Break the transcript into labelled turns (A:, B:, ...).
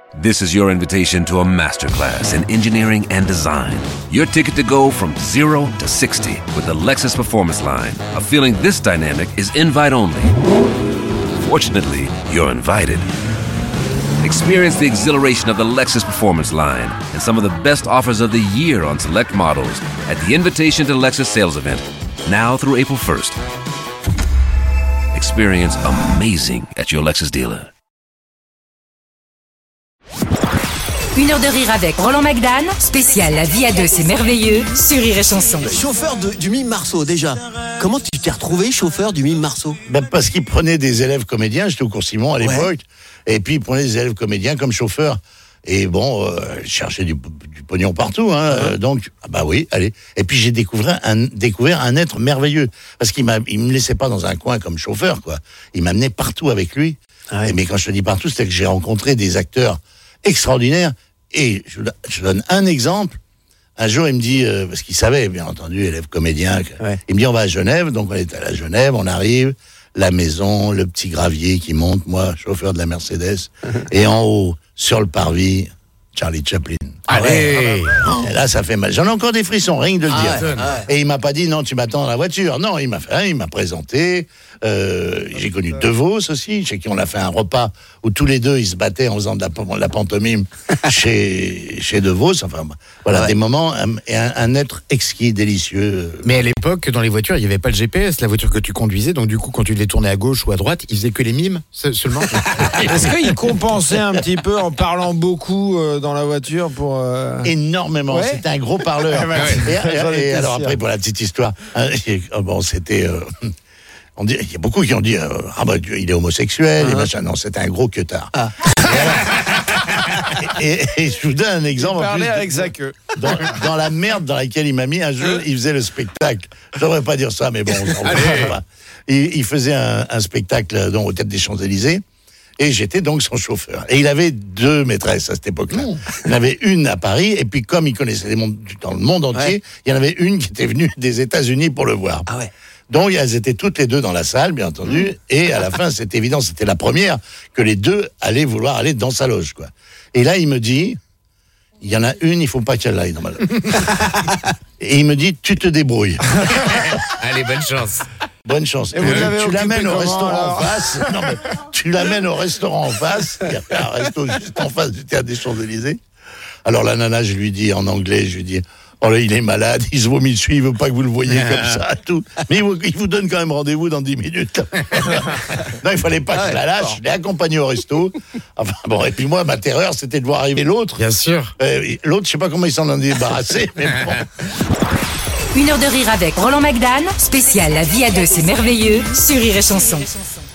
A: This is your invitation to a masterclass in engineering and design. Your ticket to go from 0 to 60 with the Lexus Performance Line. A feeling this dynamic is invite only. Fortunately, you're invited. Experience the exhilaration of the Lexus Performance Line and some of the best offers of the year on select models at the Invitation to Lexus sales event, now through April 1st. Experience amazing at your Lexus dealer.
B: Une heure de rire avec Roland McDan, spécial La vie à deux, c'est merveilleux, sur Rire et Chanson.
C: Chauffeur du Mime Marceau, déjà. Comment tu t'es retrouvé chauffeur du Mime Marceau ?
D: Parce qu'il prenait des élèves comédiens, j'étais au cours Simon à l'époque, et puis il prenait des élèves comédiens comme chauffeurs. Et bon, je cherchais du pognon partout, donc, oui, allez. Et puis j'ai découvert un être merveilleux, parce qu'il me laissait pas dans un coin comme chauffeur, quoi. Il m'amenait partout avec lui. Mais quand je te dis partout, c'était que j'ai rencontré des acteurs extraordinaires. Et je donne un exemple. Un jour, il me dit, parce qu'il savait, bien entendu, élève comédien, il me dit, on va à Genève. Donc, on est à la Genève, on arrive, la maison, le petit gravier qui monte, moi, chauffeur de la Mercedes, et en haut, sur le parvis, Charlie Chaplin.
E: Allez.
D: Et là, ça fait mal. J'en ai encore des frissons, rien que de le dire. Et il m'a pas dit, non, tu m'attends dans la voiture. Non, il m'a présenté. J'ai connu De Vos aussi, chez qui on a fait un repas où tous les deux, ils se battaient en faisant de la pantomime chez De Vos. Enfin, voilà, des moments, et un être exquis, délicieux.
E: Mais à l'époque, dans les voitures, il n'y avait pas le GPS, la voiture que tu conduisais. Donc, du coup, quand tu devais tourner à gauche ou à droite, il faisait que les mimes seulement.
F: Est-ce qu'il compensait un petit peu en parlant beaucoup dans la voiture pour...
D: Énormément, c'était un gros parleur. Et alors après, pour la petite histoire, c'était... il y a beaucoup qui ont dit il est homosexuel et machin. Non, c'était un gros queutard. Et je vous donne un exemple.
F: Il parlait avec sa queue.
D: Dans la merde dans laquelle il m'a mis, un jour, il faisait le spectacle. Je devrais pas dire ça, mais bon, il faisait un spectacle au Théâtre des Champs-Élysées. Et j'étais donc son chauffeur. Et il avait 2 maîtresses à cette époque-là. Il y en avait une à Paris, et puis comme il connaissait dans le monde entier, il y en avait une qui était venue des États-Unis pour le voir.
C: Ah ouais.
D: Donc elles étaient toutes les 2 dans la salle, bien entendu, et à la fin, c'était évident, c'était la première que les 2 allaient vouloir aller dans sa loge, quoi. Et là, il me dit, il y en a une, il faut pas qu'elle aille dans ma loge. Et il me dit, tu te débrouilles.
E: Allez, bonne chance.
D: Bonne chance.
F: Et
D: tu l'amènes au restaurant en face. Non, mais tu l'amènes au restaurant en face. Il y a un resto juste en face du Théâtre des Champs-Élysées. Alors la nana, je lui dis en anglais, oh là, il est malade, il se vomit dessus, il veut pas que vous le voyiez comme ça, tout. Mais il vous donne quand même rendez-vous dans 10 minutes. Non, il fallait pas que je la lâche. Je l'ai accompagné au resto. Enfin bon, et puis moi, ma terreur, c'était de voir arriver l'autre.
E: Bien sûr.
D: L'autre, je sais pas comment il s'en en est débarrassé, mais bon.
B: Une heure de rire avec Roland McDan, spécial La vie à deux, c'est merveilleux, sur Rire et Chanson.